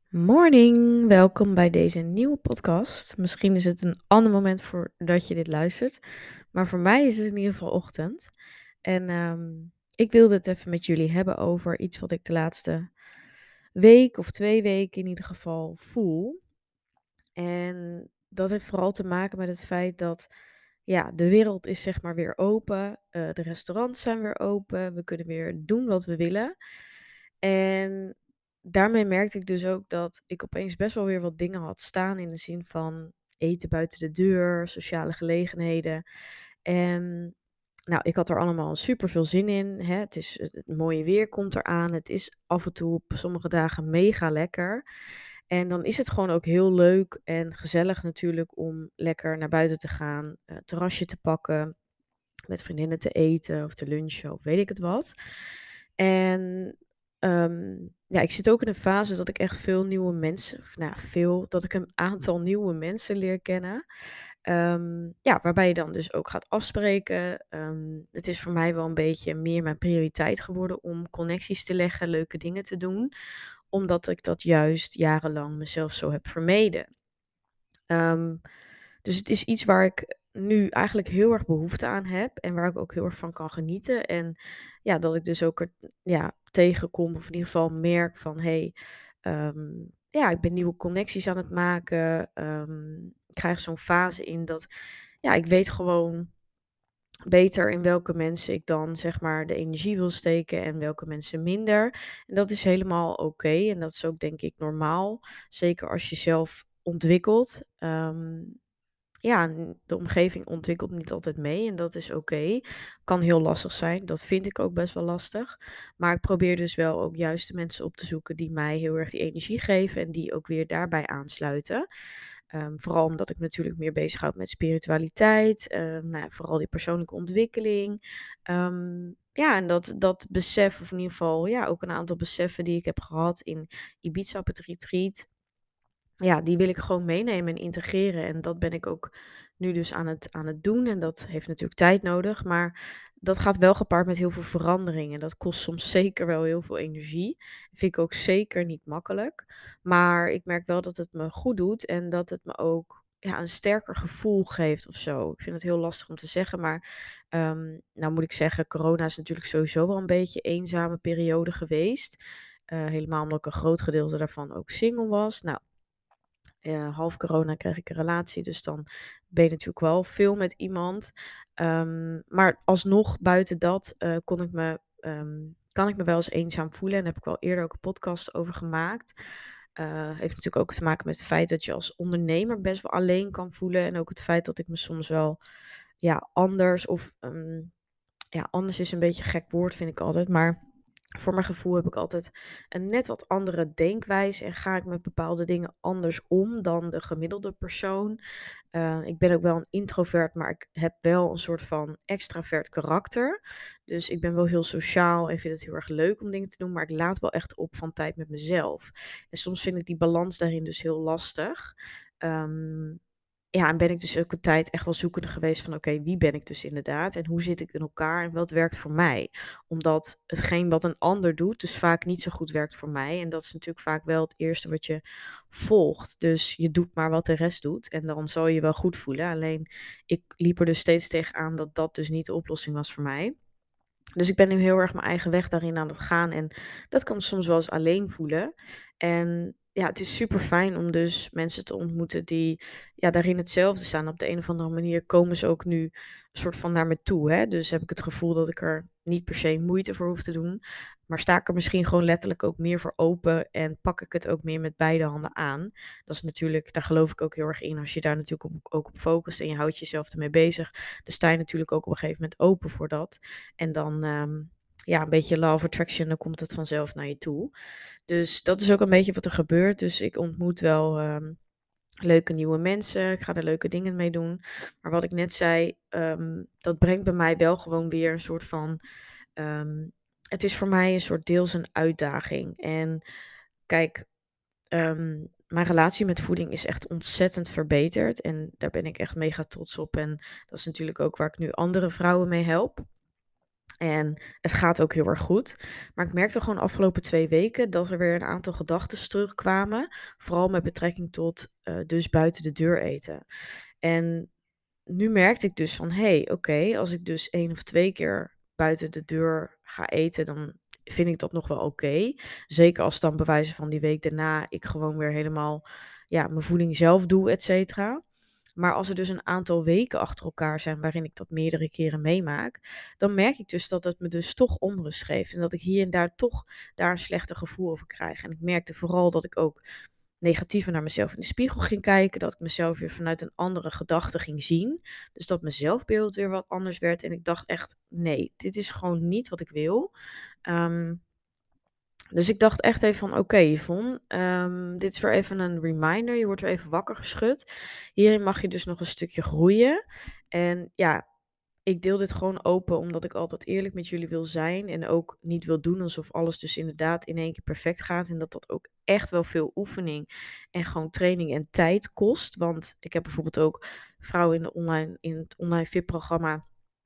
Morning, welkom bij deze nieuwe podcast. Misschien is het een ander moment voordat je dit luistert, maar voor mij is het in ieder geval ochtend. En ik wilde het even met jullie hebben over iets wat ik de laatste week of 2 weken in ieder geval voel. En dat heeft vooral te maken met het feit dat ja, de wereld is zeg maar weer open. De restaurants zijn weer open. We kunnen weer doen wat we willen. En daarmee merkte ik dus ook dat ik opeens best wel weer wat dingen had staan in de zin van eten buiten de deur, sociale gelegenheden. En nou, ik had er allemaal super veel zin in. Hè. Het mooie weer komt eraan. Het is af en toe op sommige dagen mega lekker. En dan is het gewoon ook heel leuk en gezellig natuurlijk om lekker naar buiten te gaan, terrasje te pakken, met vriendinnen te eten of te lunchen of weet ik het wat. En ja, ik zit ook in een fase dat ik echt veel nieuwe mensen, of nou ja, dat ik een aantal nieuwe mensen leer kennen. Ja, waarbij je dan dus ook gaat afspreken. Het is voor mij wel een beetje meer mijn prioriteit geworden om connecties te leggen, leuke dingen te doen, omdat ik dat juist jarenlang mezelf zo heb vermeden. Ehm, dus het is iets waar ik nu eigenlijk heel erg behoefte aan heb en waar ik ook heel erg van kan genieten. En ja, dat ik dus ook er ja, tegenkom, of in ieder geval merk van hey, ehm, ja, ik ben nieuwe connecties aan het maken. Ik krijg zo'n fase in dat ja, ik weet gewoon beter in welke mensen ik dan zeg maar de energie wil steken en welke mensen minder. En dat is helemaal oké. En dat is ook denk ik normaal. Zeker als je zelf ontwikkelt. Ja, de omgeving ontwikkelt niet altijd mee en dat is oké. Kan heel lastig zijn, dat vind ik ook best wel lastig. Maar ik probeer dus wel ook juist de mensen op te zoeken die mij heel erg die energie geven en die ook weer daarbij aansluiten. Vooral omdat ik natuurlijk meer bezighoud met spiritualiteit, nou ja, vooral die persoonlijke ontwikkeling. Ja, en dat besef, of in ieder geval ja, ook een aantal beseffen die ik heb gehad in Ibiza op het retreat. Ja, die wil ik gewoon meenemen en integreren. En dat ben ik ook nu dus aan het doen. En dat heeft natuurlijk tijd nodig. Maar dat gaat wel gepaard met heel veel veranderingen. Dat kost soms zeker wel heel veel energie. Vind ik ook zeker niet makkelijk. Maar ik merk wel dat het me goed doet. En dat het me ook ja, een sterker gevoel geeft of zo. Ik vind het heel lastig om te zeggen. Maar nou moet ik zeggen, corona is natuurlijk sowieso wel een beetje een eenzame periode geweest. Helemaal omdat ik een groot gedeelte daarvan ook single was. Nou, half corona kreeg ik een relatie, dus dan ben je natuurlijk wel veel met iemand. Maar alsnog buiten dat, kan ik me wel eens eenzaam voelen en daar heb ik wel eerder ook een podcast over gemaakt. Heeft natuurlijk ook te maken met het feit dat je als ondernemer best wel alleen kan voelen en ook het feit dat ik me soms wel, ja, anders of, ja, anders is een beetje een gek woord vind ik altijd, maar voor mijn gevoel heb ik altijd een net wat andere denkwijze en ga ik met bepaalde dingen anders om dan de gemiddelde persoon. Ik ben ook wel een introvert, maar ik heb wel een soort van extravert karakter. Dus ik ben wel heel sociaal en vind het heel erg leuk om dingen te doen, maar ik laat wel echt op van tijd met mezelf. En soms vind ik die balans daarin dus heel lastig. Ehm, ja, en ben ik dus ook een tijd echt wel zoekende geweest van oké, wie ben ik dus inderdaad en hoe zit ik in elkaar en wat werkt voor mij? Omdat hetgeen wat een ander doet dus vaak niet zo goed werkt voor mij en dat is natuurlijk vaak wel het eerste wat je volgt. Dus je doet maar wat de rest doet en dan zal je je wel goed voelen. Alleen ik liep er dus steeds tegenaan dat dat dus niet de oplossing was voor mij. Dus ik ben nu heel erg mijn eigen weg daarin aan het gaan en dat kan soms wel eens alleen voelen. En ja, het is super fijn om dus mensen te ontmoeten die ja, daarin hetzelfde staan. Op de een of andere manier komen ze ook nu een soort van naar me toe. Hè? Dus heb ik het gevoel dat ik er niet per se moeite voor hoef te doen. Maar sta ik er misschien gewoon letterlijk ook meer voor open en pak ik het ook meer met beide handen aan. Dat is natuurlijk, daar geloof ik ook heel erg in. Als je daar natuurlijk ook op focust en je houdt jezelf ermee bezig, dan sta je natuurlijk ook op een gegeven moment open voor dat. En dan, ja, een beetje law of attraction, dan komt het vanzelf naar je toe. Dus dat is ook een beetje wat er gebeurt. Dus ik ontmoet wel leuke nieuwe mensen. Ik ga er leuke dingen mee doen. Maar wat ik net zei, dat brengt bij mij wel gewoon weer een soort van. ehm, het is voor mij een soort deels een uitdaging. En kijk, mijn relatie met voeding is echt ontzettend verbeterd. En daar ben ik echt mega trots op. En dat is natuurlijk ook waar ik nu andere vrouwen mee help. En het gaat ook heel erg goed. Maar ik merkte gewoon afgelopen 2 weken dat er weer een aantal gedachten terugkwamen. Vooral met betrekking tot dus buiten de deur eten. En nu merkte ik dus van, oké, als ik dus 1 of 2 keer buiten de deur ga eten, dan vind ik dat nog wel oké. Zeker als dan bewijzen van die week daarna ik gewoon weer helemaal, ja, mijn voeding zelf doe, et cetera. Maar als er dus een aantal weken achter elkaar zijn waarin ik dat meerdere keren meemaak, dan merk ik dus dat het me dus toch onrust geeft. En dat ik hier en daar toch daar een slechter gevoel over krijg. En ik merkte vooral dat ik ook negatiever naar mezelf in de spiegel ging kijken. Dat ik mezelf weer vanuit een andere gedachte ging zien. Dus dat mijn zelfbeeld weer wat anders werd. En ik dacht echt, nee, dit is gewoon niet wat ik wil. Ehm, dus ik dacht echt even van, oké, Yvonne, dit is weer even een reminder. Je wordt weer even wakker geschud. Hierin mag je dus nog een stukje groeien. En ja, ik deel dit gewoon open omdat ik altijd eerlijk met jullie wil zijn. En ook niet wil doen alsof alles dus inderdaad in één keer perfect gaat. En dat dat ook echt wel veel oefening en gewoon training en tijd kost. Want ik heb bijvoorbeeld ook vrouwen in het online VIP-programma.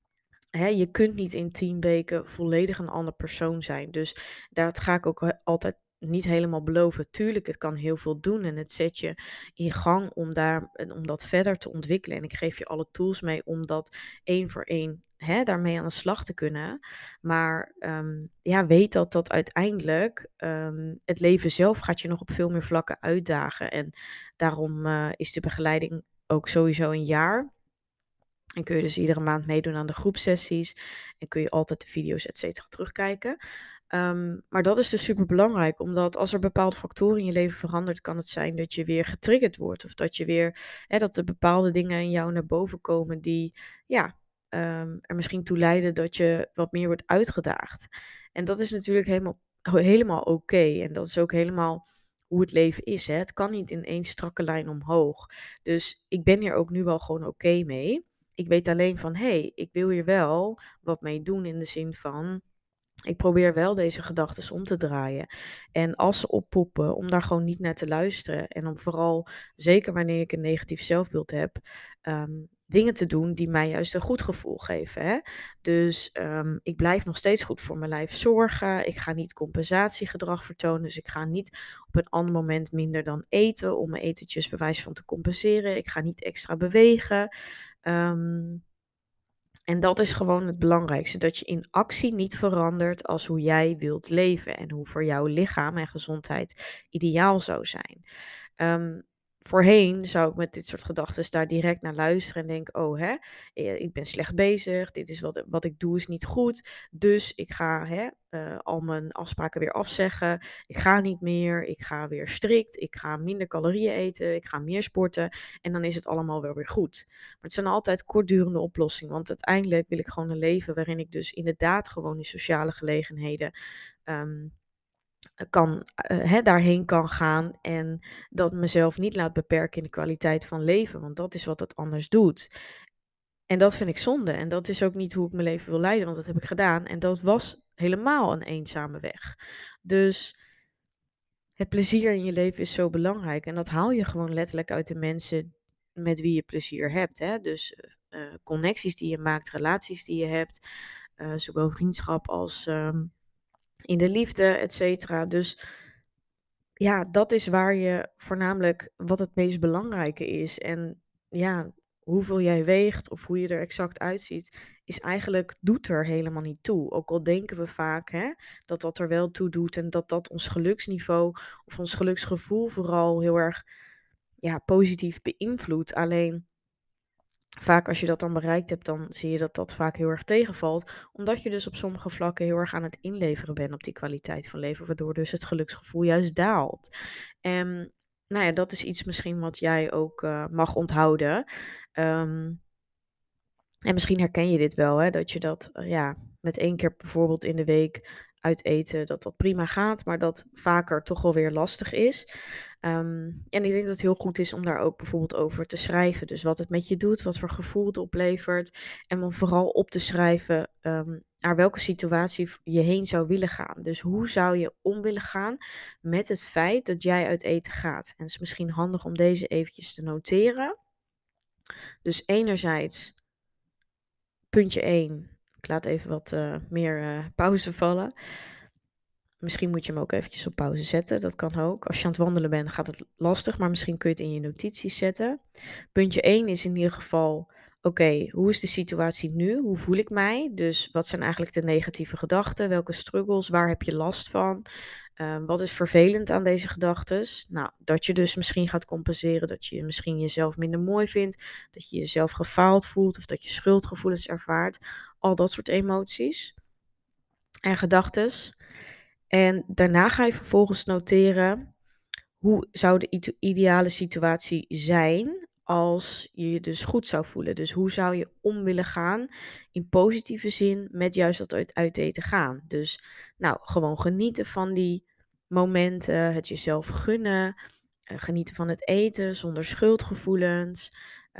Je kunt niet in 10 weken volledig een ander persoon zijn. Dus dat ga ik ook altijd niet helemaal beloven. Tuurlijk, het kan heel veel doen en het zet je in gang om dat verder te ontwikkelen. En ik geef je alle tools mee om dat één voor één daarmee aan de slag te kunnen. Maar ja, weet dat uiteindelijk het leven zelf gaat je nog op veel meer vlakken uitdagen. En daarom is de begeleiding ook sowieso een jaar. En kun je dus iedere maand meedoen aan de groepsessies. En kun je altijd de video's, et cetera, terugkijken. Maar dat is dus super belangrijk, omdat als er bepaalde factoren in je leven verandert, kan het zijn dat je weer getriggerd wordt. Of dat je weer, dat er bepaalde dingen in jou naar boven komen die, ja, er misschien toe leiden dat je wat meer wordt uitgedaagd. En dat is natuurlijk helemaal oké. En dat is ook helemaal hoe het leven is. Hè. Het kan niet in één strakke lijn omhoog. Dus ik ben hier ook nu wel gewoon oké mee. Ik weet alleen van, ik wil hier wel wat mee doen in de zin van, ik probeer wel deze gedachten om te draaien. En als ze oppoppen, om daar gewoon niet naar te luisteren. En om vooral, zeker wanneer ik een negatief zelfbeeld heb, dingen te doen die mij juist een goed gevoel geven. Hè? Dus ik blijf nog steeds goed voor mijn lijf zorgen. Ik ga niet compensatiegedrag vertonen. Dus ik ga niet op een ander moment minder dan eten om mijn etentjes bewijs van te compenseren. Ik ga niet extra bewegen. En dat is gewoon het belangrijkste, dat je in actie niet verandert als hoe jij wilt leven en hoe voor jouw lichaam en gezondheid ideaal zou zijn. Ehm, Voorheen zou ik met dit soort gedachten daar direct naar luisteren en denken, oh ik ben slecht bezig, dit is wat ik doe is niet goed, dus ik ga al mijn afspraken weer afzeggen, ik ga niet meer, ik ga weer strikt, ik ga minder calorieën eten, ik ga meer sporten en dan is het allemaal wel weer goed. Maar het zijn altijd kortdurende oplossingen, want uiteindelijk wil ik gewoon een leven waarin ik dus inderdaad gewoon in sociale gelegenheden ehm, daarheen kan gaan en dat mezelf niet laat beperken in de kwaliteit van leven, want dat is wat het anders doet. En dat vind ik zonde en dat is ook niet hoe ik mijn leven wil leiden, want dat heb ik gedaan en dat was helemaal een eenzame weg. Dus het plezier in je leven is zo belangrijk en dat haal je gewoon letterlijk uit de mensen met wie je plezier hebt. Hè? Dus connecties die je maakt, relaties die je hebt, zowel vriendschap als in de liefde, et cetera. Dus ja, dat is waar je voornamelijk wat het meest belangrijke is. En ja, hoeveel jij weegt of hoe je er exact uitziet, is eigenlijk, doet er helemaal niet toe. Ook al denken we vaak dat dat er wel toe doet en dat dat ons geluksniveau of ons geluksgevoel vooral heel erg positief beïnvloedt. Alleen vaak als je dat dan bereikt hebt, dan zie je dat dat vaak heel erg tegenvalt. Omdat je dus op sommige vlakken heel erg aan het inleveren bent op die kwaliteit van leven. Waardoor dus het geluksgevoel juist daalt. En nou ja, dat is iets misschien wat jij ook mag onthouden. Ehm, en misschien herken je dit wel, dat je dat met 1 keer bijvoorbeeld in de week uit eten, dat dat prima gaat, maar dat vaker toch wel weer lastig is. En ik denk dat het heel goed is om daar ook bijvoorbeeld over te schrijven. Dus wat het met je doet, wat voor gevoel het oplevert. En om vooral op te schrijven naar welke situatie je heen zou willen gaan. Dus hoe zou je om willen gaan met het feit dat jij uit eten gaat. En het is misschien handig om deze eventjes te noteren. Dus enerzijds, puntje 1, Ik laat even wat meer pauze vallen. Misschien moet je hem ook eventjes op pauze zetten. Dat kan ook. Als je aan het wandelen bent, gaat het lastig, maar misschien kun je het in je notities zetten. Puntje 1 is in ieder geval, oké, hoe is de situatie nu? Hoe voel ik mij? Dus wat zijn eigenlijk de negatieve gedachten? Welke struggles? Waar heb je last van? Wat is vervelend aan deze gedachten? Nou, dat je dus misschien gaat compenseren, dat je misschien jezelf minder mooi vindt, dat je jezelf gefaald voelt of dat je schuldgevoelens ervaart. Al dat soort emoties en gedachten. En daarna ga je vervolgens noteren, hoe zou de ideale situatie zijn als je je dus goed zou voelen? Dus hoe zou je om willen gaan in positieve zin met juist dat uit eten gaan? Dus nou, gewoon genieten van die momenten, het jezelf gunnen, genieten van het eten zonder schuldgevoelens.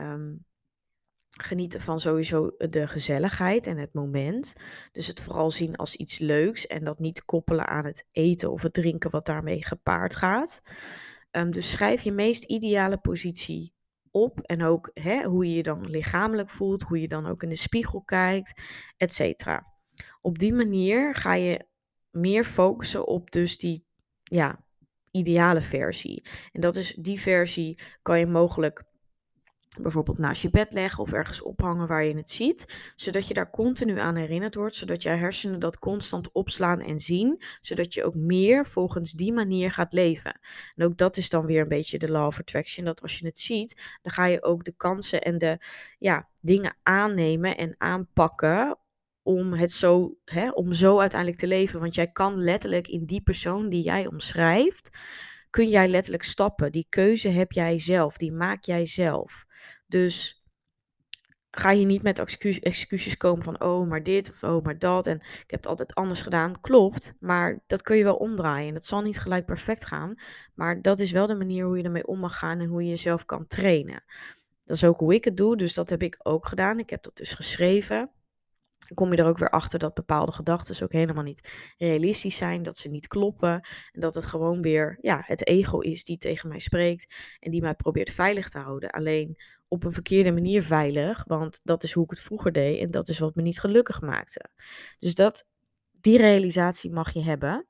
Genieten van sowieso de gezelligheid en het moment. Dus het vooral zien als iets leuks en dat niet koppelen aan het eten of het drinken wat daarmee gepaard gaat. Dus schrijf je meest ideale positie op en ook hoe je je dan lichamelijk voelt, hoe je dan ook in de spiegel kijkt, et cetera. Op die manier ga je meer focussen op dus die ja, ideale versie. En dat is die versie kan je mogelijk bijvoorbeeld naast je bed leggen of ergens ophangen waar je het ziet, zodat je daar continu aan herinnerd wordt, zodat jouw hersenen dat constant opslaan en zien, zodat je ook meer volgens die manier gaat leven. En ook dat is dan weer een beetje de law of attraction, dat als je het ziet, dan ga je ook de kansen en de dingen aannemen en aanpakken om het om zo uiteindelijk te leven. Want jij kan letterlijk in die persoon die jij omschrijft, kun jij letterlijk stappen. Die keuze heb jij zelf, die maak jij zelf. Dus ga je niet met excuses komen van oh, maar dit of oh, maar dat. En ik heb het altijd anders gedaan. Klopt, maar dat kun je wel omdraaien. Dat zal niet gelijk perfect gaan. Maar dat is wel de manier hoe je ermee om mag gaan en hoe je jezelf kan trainen. Dat is ook hoe ik het doe, dus dat heb ik ook gedaan. Ik heb dat dus geschreven. Dan kom je er ook weer achter dat bepaalde gedachten ook helemaal niet realistisch zijn, dat ze niet kloppen en dat het gewoon weer het ego is die tegen mij spreekt en die mij probeert veilig te houden. Alleen op een verkeerde manier veilig, want dat is hoe ik het vroeger deed en dat is wat me niet gelukkig maakte. Dus die realisatie mag je hebben.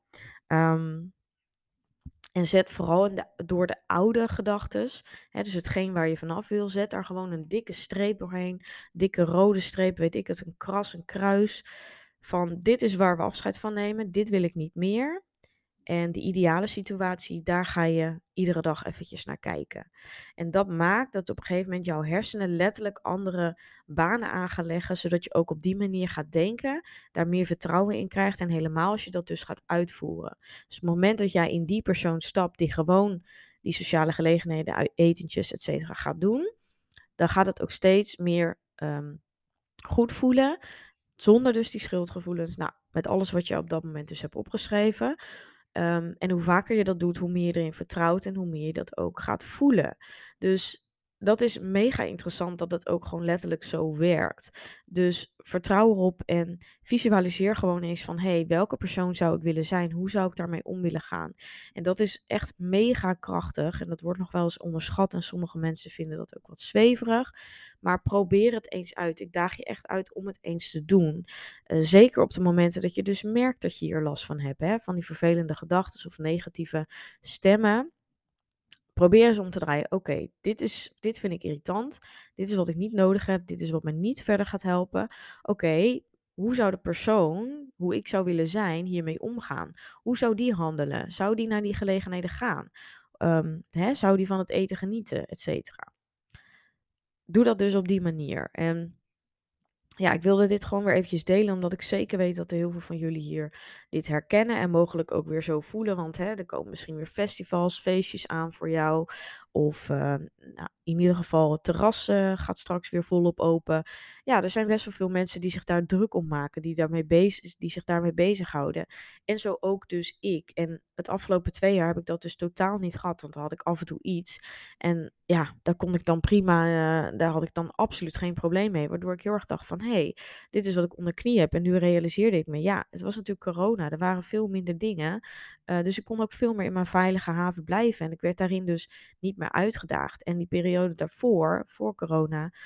En zet vooral door de oude gedachtes, dus hetgeen waar je vanaf wil, zet daar gewoon een dikke streep doorheen. Dikke rode streep, weet ik het, een kras, een kruis. Van dit is waar we afscheid van nemen, dit wil ik niet meer. En die ideale situatie, daar ga je iedere dag eventjes naar kijken. En dat maakt dat op een gegeven moment jouw hersenen letterlijk andere banen aan gaan leggen, zodat je ook op die manier gaat denken, daar meer vertrouwen in krijgt en helemaal als je dat dus gaat uitvoeren. Dus het moment dat jij in die persoon stapt die gewoon die sociale gelegenheden, etentjes, et cetera, gaat doen, dan gaat het ook steeds meer goed voelen, zonder dus die schuldgevoelens. Nou, met alles wat je op dat moment dus hebt opgeschreven. En hoe vaker je dat doet, hoe meer je erin vertrouwt en hoe meer je dat ook gaat voelen. Dus dat is mega interessant dat het ook gewoon letterlijk zo werkt. Dus vertrouw erop en visualiseer gewoon eens van hey, welke persoon zou ik willen zijn? Hoe zou ik daarmee om willen gaan? En dat is echt mega krachtig en dat wordt nog wel eens onderschat en sommige mensen vinden dat ook wat zweverig. Maar probeer het eens uit. Ik daag je echt uit om het eens te doen. Zeker op de momenten dat je dus merkt dat je hier last van hebt. Van die vervelende gedachten of negatieve stemmen. Probeer eens om te draaien. Oké, dit vind ik irritant. Dit is wat ik niet nodig heb. Dit is wat me niet verder gaat helpen. Oké, hoe zou de persoon, hoe ik zou willen zijn, hiermee omgaan? Hoe zou die handelen? Zou die naar die gelegenheden gaan? Zou die van het eten genieten, et cetera? Doe dat dus op die manier. En ja, ik wilde dit gewoon weer eventjes delen, omdat ik zeker weet dat er heel veel van jullie hier dit herkennen en mogelijk ook weer zo voelen. Want er komen misschien weer festivals, feestjes aan voor jou. Of nou, in ieder geval het terras gaat straks weer volop open. Ja, er zijn best wel veel mensen die zich daar druk om maken, die zich daarmee bezighouden. En zo ook dus ik. En het afgelopen 2 jaar heb ik dat dus totaal niet gehad, want dan had ik af en toe iets. En ja, daar kon ik dan prima, daar had ik dan absoluut geen probleem mee. Waardoor ik heel erg dacht van, hey, dit is wat ik onder knie heb. En nu realiseerde ik me, ja, het was natuurlijk corona. Er waren veel minder dingen. Dus ik kon ook veel meer in mijn veilige haven blijven. En ik werd daarin dus niet meer uitgedaagd. En die periode daarvoor, voor corona,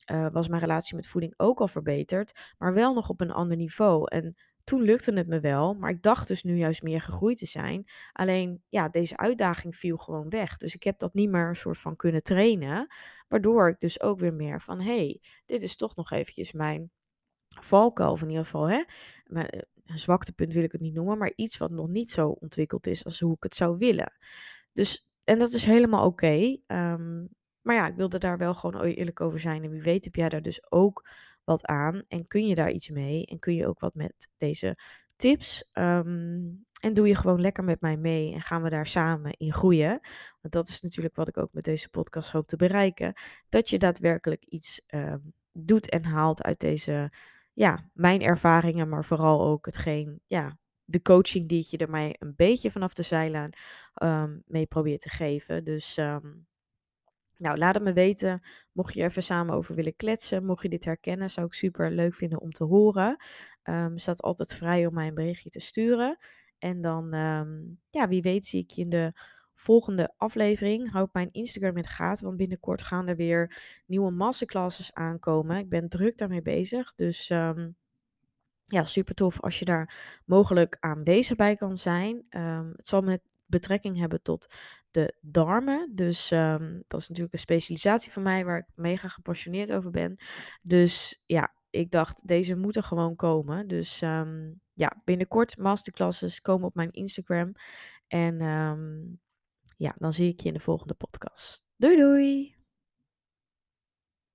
was mijn relatie met voeding ook al verbeterd, maar wel nog op een ander niveau. En toen lukte het me wel, maar ik dacht dus nu juist meer gegroeid te zijn. Alleen, ja, deze uitdaging viel gewoon weg. Dus ik heb dat niet meer een soort van kunnen trainen, waardoor ik dus ook weer meer van, hey, dit is toch nog eventjes mijn valkuil, of in ieder geval, hè, een zwaktepunt wil ik het niet noemen, maar iets wat nog niet zo ontwikkeld is als hoe ik het zou willen. Dus, en dat is helemaal oké. Maar ja, ik wilde daar wel gewoon eerlijk over zijn. En wie weet heb jij daar dus ook wat aan en kun je daar iets mee en kun je ook wat met deze tips. En doe je gewoon lekker met mij mee en gaan we daar samen in groeien. Want dat is natuurlijk wat ik ook met deze podcast hoop te bereiken. Dat je daadwerkelijk iets doet en haalt uit deze, ja, mijn ervaringen, maar vooral ook hetgeen, ja, de coaching die ik je er mij een beetje vanaf de zijlijn mee probeer te geven. Dus nou, laat het me weten. Mocht je er even samen over willen kletsen, mocht je dit herkennen, zou ik super leuk vinden om te horen. Staat altijd vrij om mij een berichtje te sturen. En dan, ja, wie weet zie ik je in de volgende aflevering. Houd mijn Instagram in de gaten, want binnenkort gaan er weer nieuwe masterclasses aankomen. Ik ben druk daarmee bezig, dus ja, super tof als je daar mogelijk aanwezig bij kan zijn. Het zal met betrekking hebben tot de darmen. Dus dat is natuurlijk een specialisatie van mij waar ik mega gepassioneerd over ben. Dus ja, ik dacht, deze moeten gewoon komen. Dus ja, binnenkort masterclasses komen op mijn Instagram. En ja, dan zie ik je in de volgende podcast. Doei doei!